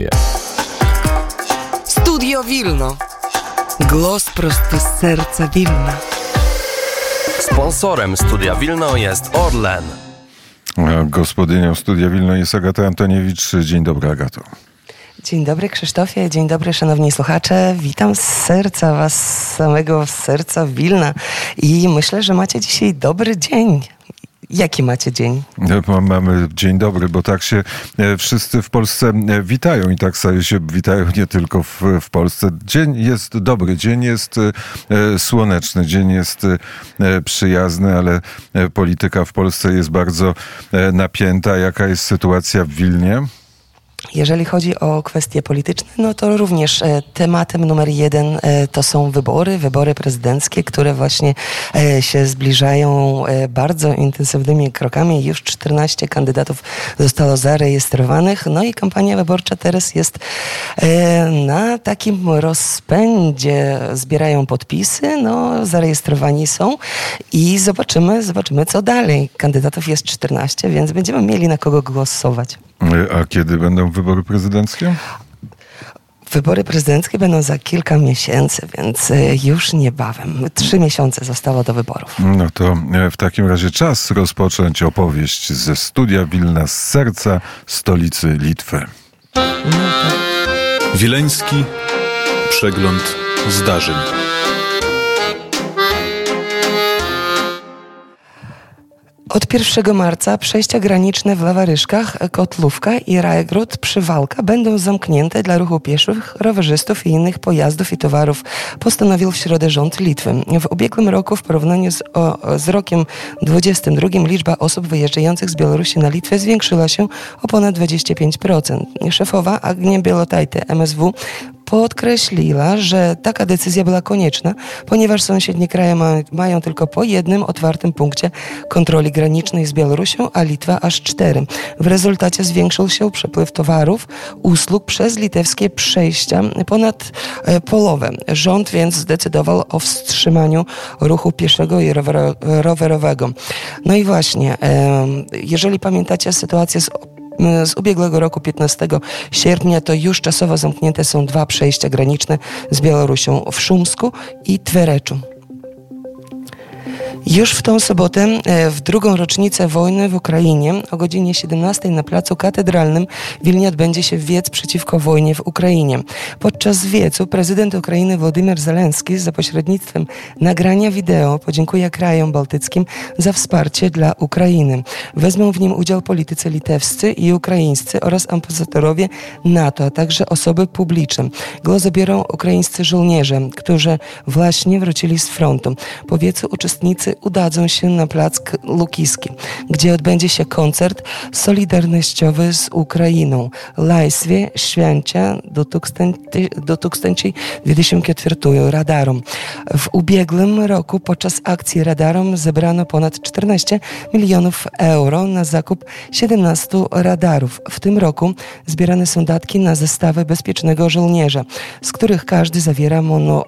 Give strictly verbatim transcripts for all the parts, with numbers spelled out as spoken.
Studio Wilno. Głos prosto z serca Wilna. Sponsorem Studia Wilno jest Orlen. Gospodynią Studia Wilno jest Agata Antoniewicz. Dzień dobry, Agato. Dzień dobry, Krzysztofie. Dzień dobry, szanowni słuchacze. Witam z serca was, z samego serca Wilna. I myślę, że macie dzisiaj dobry dzień. Jaki macie dzień? Mamy dzień dobry, bo tak się wszyscy w Polsce witają i tak się witają nie tylko w, w Polsce. Dzień jest dobry, dzień jest słoneczny, dzień jest przyjazny, ale polityka w Polsce jest bardzo napięta. Jaka jest sytuacja w Wilnie? Jeżeli chodzi o kwestie polityczne, no to również e, tematem numer jeden e, to są wybory, wybory prezydenckie, które właśnie e, się zbliżają e, bardzo intensywnymi krokami. Już czternaście kandydatów zostało zarejestrowanych, no i kampania wyborcza teraz jest e, na takim rozpędzie. Zbierają podpisy, no zarejestrowani są i zobaczymy, zobaczymy co dalej. Kandydatów jest czternaście, więc będziemy mieli na kogo głosować. A kiedy będą wybory prezydenckie? Wybory prezydenckie będą za kilka miesięcy, więc już niebawem. Trzy miesiące zostało do wyborów. No to w takim razie czas rozpocząć opowieść ze Studia Wilna, z serca stolicy Litwy. No to... Wileński przegląd zdarzeń. Od pierwszego marca przejścia graniczne w Lawaryszkach, Kotlówka i Rajgród przy Walka będą zamknięte dla ruchu pieszych, rowerzystów i innych pojazdów i towarów, postanowił w środę rząd Litwy. W ubiegłym roku w porównaniu z, o, z rokiem dwudziestym drugim liczba osób wyjeżdżających z Białorusi na Litwę zwiększyła się o ponad dwadzieścia pięć procent. Szefowa Agnia Bielotajty M S W podkreśliła, że taka decyzja była konieczna, ponieważ sąsiednie kraje ma, mają tylko po jednym otwartym punkcie kontroli granicznej z Białorusią, a Litwa aż cztery. W rezultacie zwiększył się przepływ towarów, usług przez litewskie przejścia ponad e, połowę. Rząd więc zdecydował o wstrzymaniu ruchu pieszego i rower, rowerowego. No i właśnie, e, jeżeli pamiętacie sytuację z Z ubiegłego roku, piętnastego sierpnia, to już czasowo zamknięte są dwa przejścia graniczne z Białorusią w Szumsku i Tvereczu. Już w tą sobotę, w drugą rocznicę wojny w Ukrainie, o godzinie siedemnastej na Placu Katedralnym w Wilnie odbędzie się wiec przeciwko wojnie w Ukrainie. Podczas wiecu prezydent Ukrainy Władimir Zelenski za pośrednictwem nagrania wideo podziękuje krajom bałtyckim za wsparcie dla Ukrainy. Wezmą w nim udział politycy litewscy i ukraińscy oraz ambasadorowie NATO, a także osoby publiczne. Głos zabiorą ukraińscy żołnierze, którzy właśnie wrócili z frontu. Po wiecu uczestnicy udadzą się na plac Lukiski, gdzie odbędzie się koncert solidarnościowy z Ukrainą. Laisvė švenčia du tūkstančiai dvidešimt ketvirtųjų Radarom. W ubiegłym roku podczas akcji Radarom zebrano ponad czternaście milionów euro na zakup siedemnastu radarów. W tym roku zbierane są datki na zestawy bezpiecznego żołnierza, z których każdy zawiera mono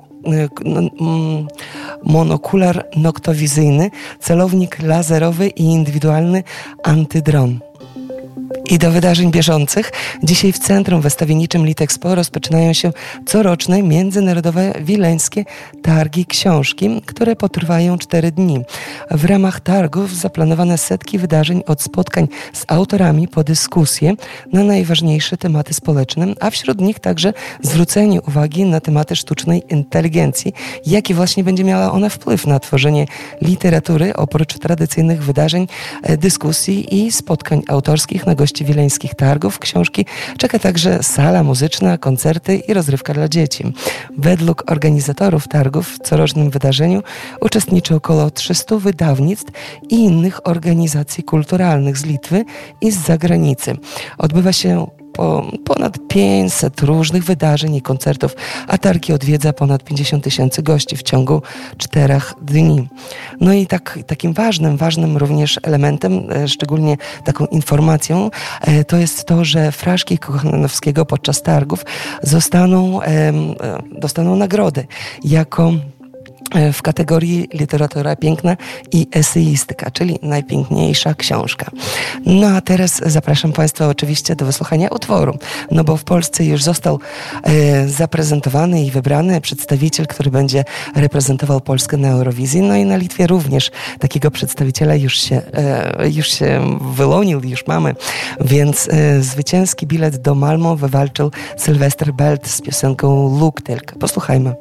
monokular noktowizyjny, celownik laserowy i indywidualny antydron. I do wydarzeń bieżących. Dzisiaj w Centrum Wystawienniczym Litexpo rozpoczynają się coroczne międzynarodowe wileńskie targi książki, które potrwają cztery dni. W ramach targów zaplanowane setki wydarzeń, od spotkań z autorami po dyskusje na najważniejsze tematy społeczne, a wśród nich także zwrócenie uwagi na tematy sztucznej inteligencji, jaki właśnie będzie miała ona wpływ na tworzenie literatury, oprócz tradycyjnych wydarzeń, dyskusji i spotkań autorskich na gości wileńskich targów książki czeka także sala muzyczna, koncerty i rozrywka dla dzieci. Według organizatorów targów w corocznym wydarzeniu uczestniczy około trzystu wydawnictw i innych organizacji kulturalnych z Litwy i z zagranicy. Odbywa się po ponad pięćset różnych wydarzeń i koncertów, a targi odwiedza ponad pięćdziesiąt tysięcy gości w ciągu czterech dni. No i tak, takim ważnym, ważnym również elementem, szczególnie taką informacją, to jest to, że fraszki Kochanowskiego podczas targów zostaną, dostaną nagrody jako w kategorii literatura piękna i eseistyka, czyli najpiękniejsza książka. No a teraz zapraszam Państwa oczywiście do wysłuchania utworu, no bo w Polsce już został e, zaprezentowany i wybrany przedstawiciel, który będzie reprezentował Polskę na Eurowizji, no i na Litwie również takiego przedstawiciela już się, e, już się wyłonił, już mamy, więc e, zwycięski bilet do Malmo wywalczył Sylwester Belt z piosenką Luktelka. Posłuchajmy.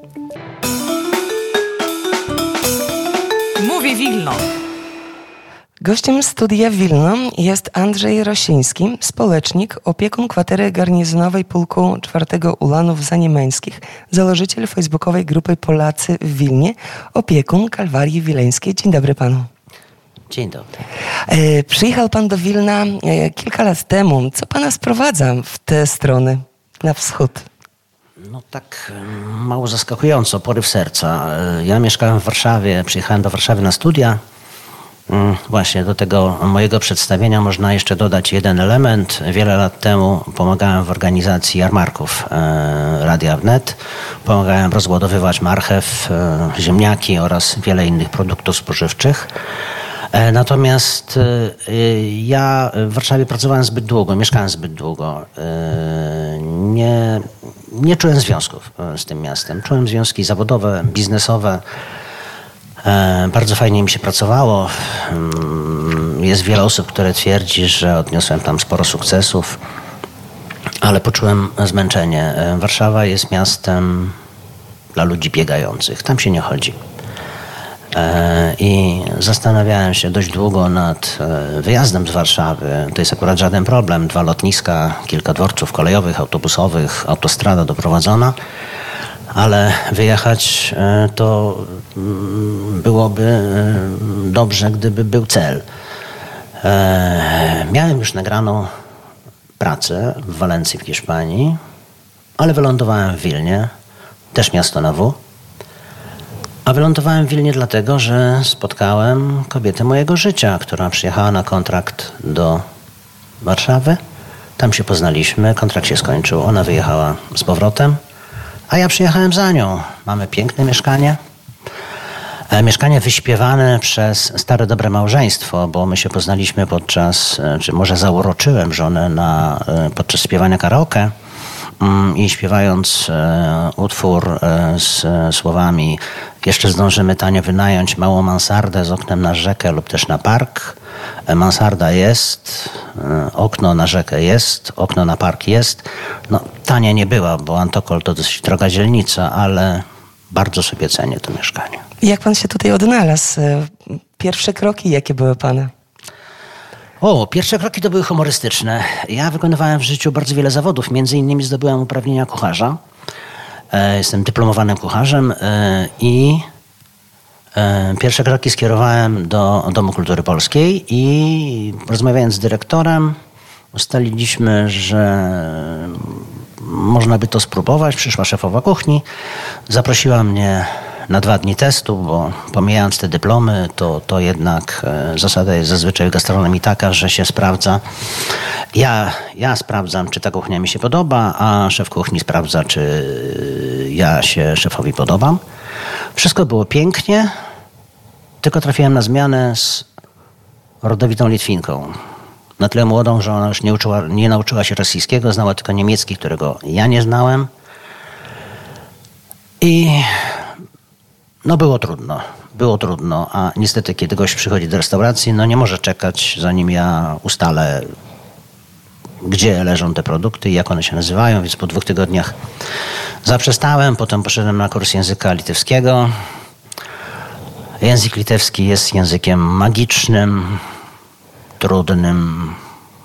Mówi Wilno. Gościem studia Wilno jest Andrzej Rosiński, społecznik, opiekun kwatery garnizonowej Pułku czwartego Ulanów Zaniemeńskich, założyciel facebookowej grupy Polacy w Wilnie, opiekun Kalwarii Wileńskiej. Dzień dobry panu. Dzień dobry. E, przyjechał pan do Wilna e, kilka lat temu. Co pana sprowadza w te strony, na wschód? No tak mało zaskakująco, poryw serca. Ja mieszkałem w Warszawie, przyjechałem do Warszawy na studia. Właśnie do tego mojego przedstawienia można jeszcze dodać jeden element. Wiele lat temu pomagałem w organizacji jarmarków Radia Wnet. Pomagałem rozładowywać marchew, ziemniaki oraz wiele innych produktów spożywczych. Natomiast ja w Warszawie pracowałem zbyt długo, mieszkałem zbyt długo. Nie, nie czułem związków z tym miastem. Czułem związki zawodowe, biznesowe. Bardzo fajnie mi się pracowało. Jest wiele osób, które twierdzi, że odniosłem tam sporo sukcesów, ale poczułem zmęczenie. Warszawa jest miastem dla ludzi biegających. Tam się nie chodzi. I zastanawiałem się dość długo nad wyjazdem z Warszawy. To jest akurat żaden problem. Dwa lotniska, kilka dworców kolejowych, autobusowych, autostrada doprowadzona. Ale wyjechać to byłoby dobrze, gdyby był cel. Miałem już nagraną pracę w Walencji w Hiszpanii, ale wylądowałem w Wilnie, też miasto na W. A wylądowałem w Wilnie dlatego, że spotkałem kobietę mojego życia, która przyjechała na kontrakt do Warszawy. Tam się poznaliśmy, kontrakt się skończył, ona wyjechała z powrotem, a ja przyjechałem za nią. Mamy piękne mieszkanie. Mieszkanie wyśpiewane przez stare dobre małżeństwo, bo my się poznaliśmy podczas, czy może zauroczyłem żonę na, podczas śpiewania karaoke. I śpiewając e, utwór e, z e, słowami jeszcze zdążymy tanio wynająć małą mansardę z oknem na rzekę lub też na park. E, mansarda jest, e, okno na rzekę jest, okno na park jest. No tania nie była, bo Antokol to dosyć droga dzielnica, ale bardzo sobie cenię to mieszkanie. Jak pan się tutaj odnalazł? Pierwsze kroki jakie były pana? O, pierwsze kroki to były humorystyczne. Ja wykonywałem w życiu bardzo wiele zawodów. Między innymi zdobyłem uprawnienia kucharza. E, jestem dyplomowanym kucharzem e, i e, pierwsze kroki skierowałem do Domu Kultury Polskiej i rozmawiając z dyrektorem ustaliliśmy, że można by to spróbować. Przyszła szefowa kuchni, zaprosiła mnie na dwa dni testu, bo pomijając te dyplomy, to, to jednak e, zasada jest zazwyczaj w gastronomii taka, że się sprawdza. Ja, ja sprawdzam, czy ta kuchnia mi się podoba, a szef kuchni sprawdza, czy ja się szefowi podobam. Wszystko było pięknie, tylko trafiłem na zmianę z rodowitą Litwinką. Na tyle młodą, że ona już nie, uczyła, nie nauczyła się rosyjskiego, znała tylko niemiecki, którego ja nie znałem. I no było trudno, było trudno, a niestety kiedy gość przychodzi do restauracji, no nie może czekać, zanim ja ustalę, gdzie leżą te produkty i jak one się nazywają, więc po dwóch tygodniach zaprzestałem, potem poszedłem na kurs języka litewskiego. Język litewski jest językiem magicznym, trudnym.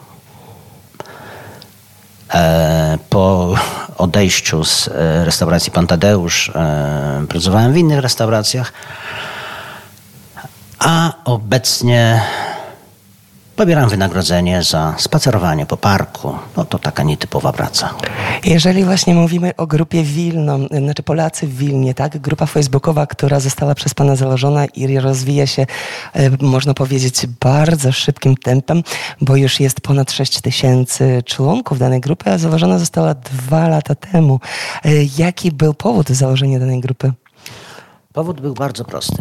E, po odejściu z restauracji Pan Tadeusz e, pracowałem w innych restauracjach, a obecnie pobieram wynagrodzenie za spacerowanie po parku. No to taka nietypowa praca. Jeżeli właśnie mówimy o grupie Wilno, znaczy Polacy w Wilnie, tak? Grupa facebookowa, która została przez pana założona i rozwija się, można powiedzieć, bardzo szybkim tempem, bo już jest ponad sześć tysięcy członków danej grupy, a założona została dwa lata temu. Jaki był powód założenia danej grupy? Powód był bardzo prosty.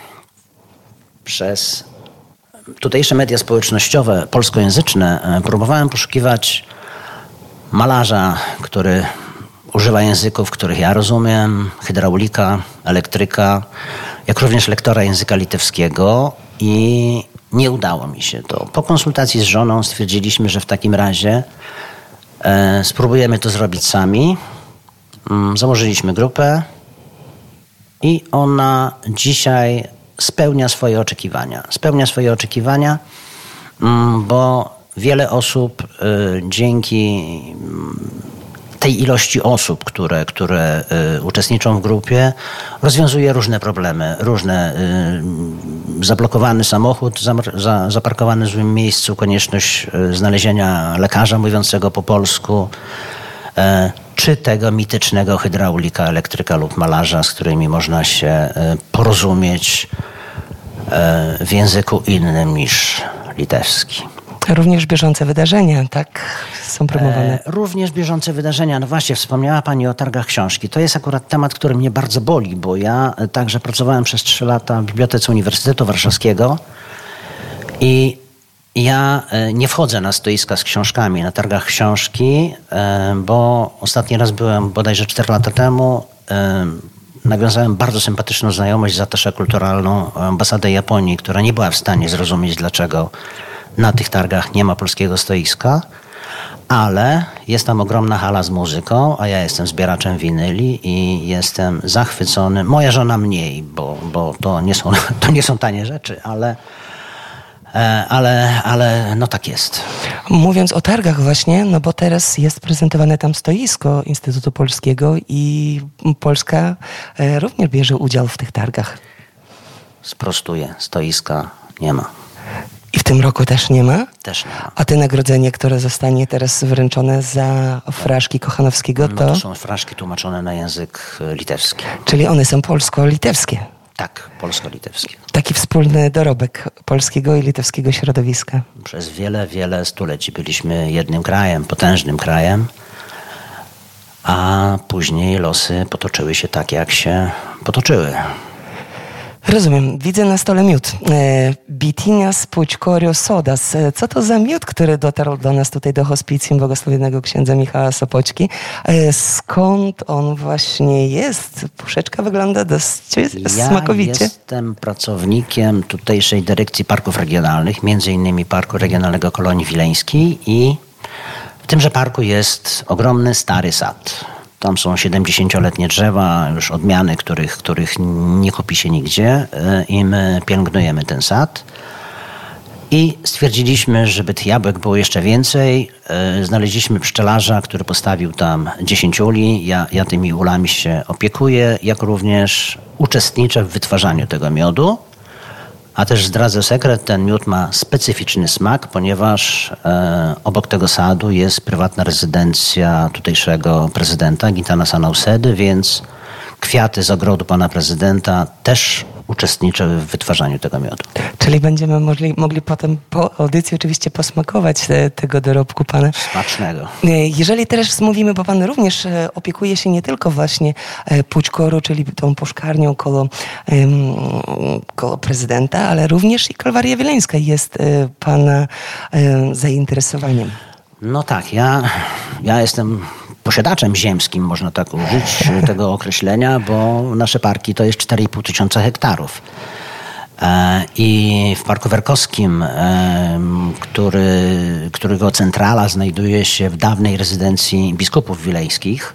Przez tutejsze media społecznościowe polskojęzyczne próbowałem poszukiwać malarza, który używa języków, których ja rozumiem, hydraulika, elektryka, jak również lektora języka litewskiego i nie udało mi się to. Po konsultacji z żoną stwierdziliśmy, że w takim razie e, spróbujemy to zrobić sami. Mm, założyliśmy grupę i ona dzisiaj spełnia swoje oczekiwania. Spełnia swoje oczekiwania, mm, bo wiele osób y, dzięki y, tej ilości osób, które, które y, uczestniczą w grupie, rozwiązuje różne problemy. Różne y, zablokowany samochód, zamr- za, zaparkowany w złym miejscu, konieczność y, znalezienia lekarza mówiącego po polsku, y, czy tego mitycznego hydraulika, elektryka lub malarza, z którymi można się y, porozumieć y, w języku innym niż litewski. Również bieżące wydarzenia, tak, są promowane. E, również bieżące wydarzenia. No właśnie, wspomniała Pani o targach książki. To jest akurat temat, który mnie bardzo boli, bo ja także pracowałem przez trzy lata w Bibliotece Uniwersytetu Warszawskiego i ja nie wchodzę na stoiska z książkami, na targach książki, bo ostatni raz byłem bodajże cztery lata temu. Nawiązałem bardzo sympatyczną znajomość z atasze kulturalną ambasady Japonii, która nie była w stanie zrozumieć, dlaczego na tych targach nie ma polskiego stoiska, ale jest tam ogromna hala z muzyką, a ja jestem zbieraczem winyli i jestem zachwycony. Moja żona mniej, bo, bo to, nie są, to nie są tanie rzeczy, ale, ale, ale no tak jest. Mówiąc o targach właśnie, no bo teraz jest prezentowane tam stoisko Instytutu Polskiego i Polska również bierze udział w tych targach. Sprostuję, stoiska nie ma. I w tym roku też nie ma? Też nie ma. A te nagrodzenie, które zostanie teraz wręczone za fraszki Kochanowskiego, to... No to są fraszki tłumaczone na język litewski. Czyli one są polsko-litewskie. Tak, polsko-litewskie. Taki wspólny dorobek polskiego i litewskiego środowiska. Przez wiele, wiele stuleci byliśmy jednym krajem, potężnym krajem, a później losy potoczyły się tak, jak się potoczyły. Rozumiem. Widzę na stole miód. E, Bitinias Pućkorio Sodas. E, co to za miód, który dotarł do nas tutaj do hospicjum błogosławionego księdza Michała Sopoćki? E, skąd on właśnie jest? Puszeczka wygląda dość ja smakowicie. Ja jestem pracownikiem tutejszej dyrekcji parków regionalnych, między innymi Parku Regionalnego Kolonii Wileńskiej i w tymże parku jest ogromny stary sad. Tam są siedemdziesięcioletnie drzewa, już odmiany, których, których nie kupi się nigdzie i my pielęgnujemy ten sad. I stwierdziliśmy, żeby tych jabłek było jeszcze więcej. Znaleźliśmy pszczelarza, który postawił tam dziesięć uli. Ja, ja tymi ulami się opiekuję, jak również uczestniczę w wytwarzaniu tego miodu. A też zdradzę sekret, ten miód ma specyficzny smak, ponieważ e, obok tego sadu jest prywatna rezydencja tutejszego prezydenta Gitanasa Nausedy, więc kwiaty z ogrodu pana prezydenta też uczestniczą w wytwarzaniu tego miodu. Czyli będziemy mogli, mogli potem po audycji oczywiście posmakować te, tego dorobku pana. Smacznego. Jeżeli teraz mówimy, bo pan również opiekuje się nie tylko właśnie Pućkoru, czyli tą puszkarnią koło, koło prezydenta, ale również i Kalwaria Wileńska jest pana zainteresowaniem. No tak, ja, ja jestem posiadaczem ziemskim, można tak użyć tego określenia, bo nasze parki to jest cztery i pół tysiąca hektarów. I w Parku Werkowskim, który, którego centrala znajduje się w dawnej rezydencji biskupów wileńskich,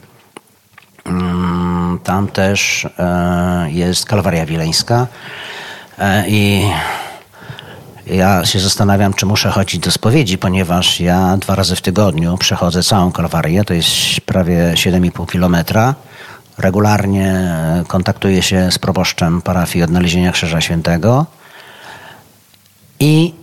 tam też jest Kalwaria Wileńska i ja się zastanawiam, czy muszę chodzić do spowiedzi, ponieważ ja dwa razy w tygodniu przechodzę całą Kalwarię, to jest prawie siedem i pół kilometra. Regularnie kontaktuję się z proboszczem parafii Odnalezienia Krzyża Świętego i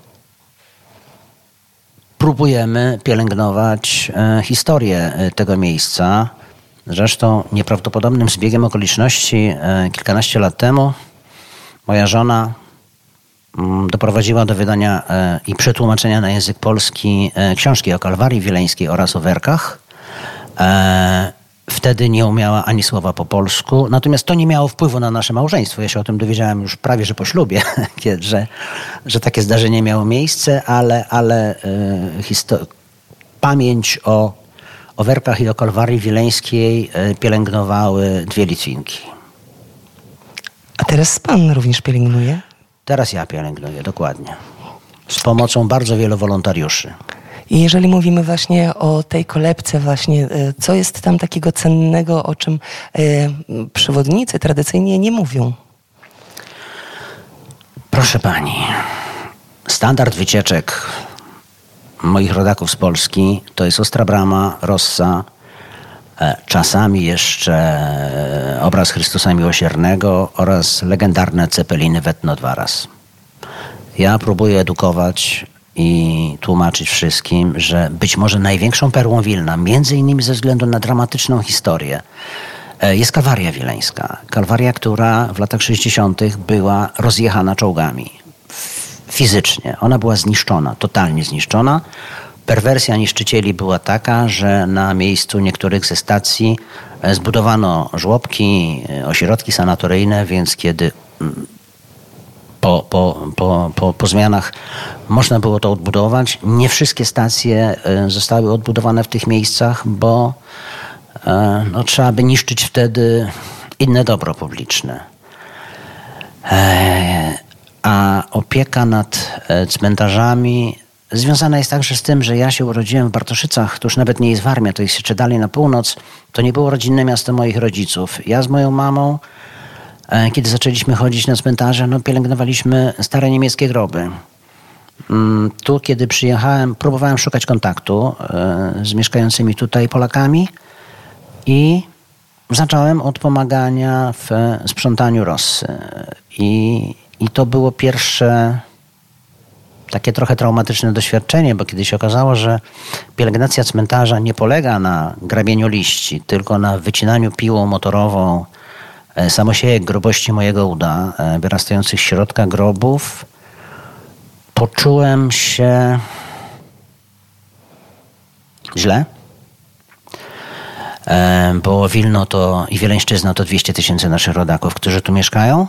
próbujemy pielęgnować historię tego miejsca. Zresztą nieprawdopodobnym zbiegiem okoliczności kilkanaście lat temu moja żona doprowadziła do wydania i przetłumaczenia na język polski książki o Kalwarii Wileńskiej oraz o Werkach. W wtedy nie umiała ani słowa po polsku. Natomiast to nie miało wpływu na nasze małżeństwo. Ja się o tym dowiedziałem już prawie, że po ślubie, że, że takie zdarzenie miało miejsce, ale, ale e, histo- pamięć o, o Werkach i o Kalwarii Wileńskiej e, pielęgnowały dwie Litwinki. A teraz pan również pielęgnuje? Teraz ja pielęgnuję, dokładnie. Z pomocą bardzo wielu wolontariuszy. I jeżeli mówimy właśnie o tej kolebce właśnie, co jest tam takiego cennego, o czym e, przewodnicy tradycyjnie nie mówią? Proszę pani, standard wycieczek moich rodaków z Polski to jest Ostra Brama, Rossa, e, czasami jeszcze e, obraz Chrystusa Miłosiernego oraz legendarne Cepeliny Wetno dwa raz. Ja próbuję edukować i tłumaczyć wszystkim, że być może największą perłą Wilna, między innymi ze względu na dramatyczną historię, jest Kalwaria Wileńska. Kalwaria, która w latach sześćdziesiątych była rozjechana czołgami. Fizycznie. Ona była zniszczona, totalnie zniszczona. Perwersja niszczycieli była taka, że na miejscu niektórych ze stacji zbudowano żłobki, ośrodki sanatoryjne, więc kiedy Po, po, po, po, po zmianach można było to odbudować. Nie wszystkie stacje zostały odbudowane w tych miejscach, bo no, trzeba by niszczyć wtedy inne dobro publiczne. A opieka nad cmentarzami związana jest także z tym, że ja się urodziłem w Bartoszycach, to już nawet nie jest Warmia, to jest jeszcze dalej na północ. To nie było rodzinne miasto moich rodziców. Ja z moją mamą, kiedy zaczęliśmy chodzić na cmentarze, no pielęgnowaliśmy stare niemieckie groby. Tu, kiedy przyjechałem, próbowałem szukać kontaktu z mieszkającymi tutaj Polakami i zacząłem od pomagania w sprzątaniu Rossy. I, i to było pierwsze takie trochę traumatyczne doświadczenie, bo kiedy się okazało, że pielęgnacja cmentarza nie polega na grabieniu liści, tylko na wycinaniu piłą motorową samosiejek grubości mojego uda, wyrastających z środka grobów, poczułem się źle, bo Wilno to i Wileńszczyzna to dwieście tysięcy naszych rodaków, którzy tu mieszkają.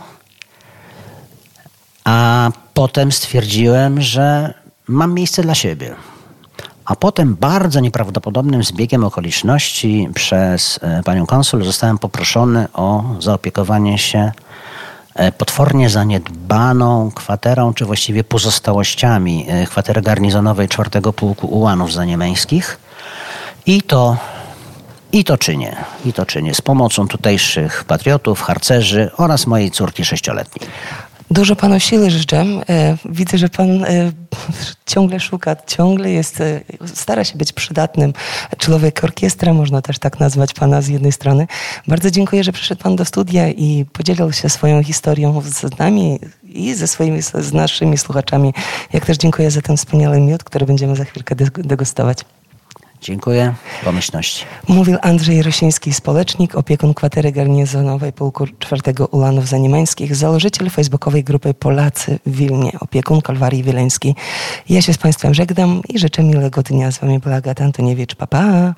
A potem stwierdziłem, że mam miejsce dla siebie. A potem bardzo nieprawdopodobnym zbiegiem okoliczności przez panią konsul zostałem poproszony o zaopiekowanie się potwornie zaniedbaną kwaterą, czy właściwie pozostałościami kwatery garnizonowej czwartego Pułku Ułanów Zaniemeńskich. I to, i to czynię, i to czynię z pomocą tutejszych patriotów, harcerzy oraz mojej córki sześcioletniej. Dużo panu siły życzę. Widzę, że pan ciągle szuka, ciągle jest, stara się być przydatnym. Człowiek orkiestra, można też tak nazwać pana z jednej strony. Bardzo dziękuję, że przyszedł pan do studia i podzielił się swoją historią z nami i ze swoimi, z naszymi słuchaczami. Jak też dziękuję za ten wspaniały miód, który będziemy za chwilkę degustować. Dziękuję. Pomyślności. Mówił Andrzej Rosiński, społecznik, opiekun kwatery garnizonowej Pułku czwartego Ułanów Zaniemeńskich, założyciel facebookowej grupy Polacy w Wilnie, opiekun Kalwarii Wileńskiej. Ja się z państwem żegnam i życzę miłego dnia. Z wami była Agata Antoniewicz. Pa, pa.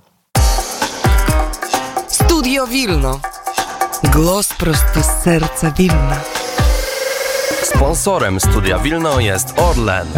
Studio Wilno. Głos prosto z serca Wilna. Sponsorem Studia Wilno jest Orlen.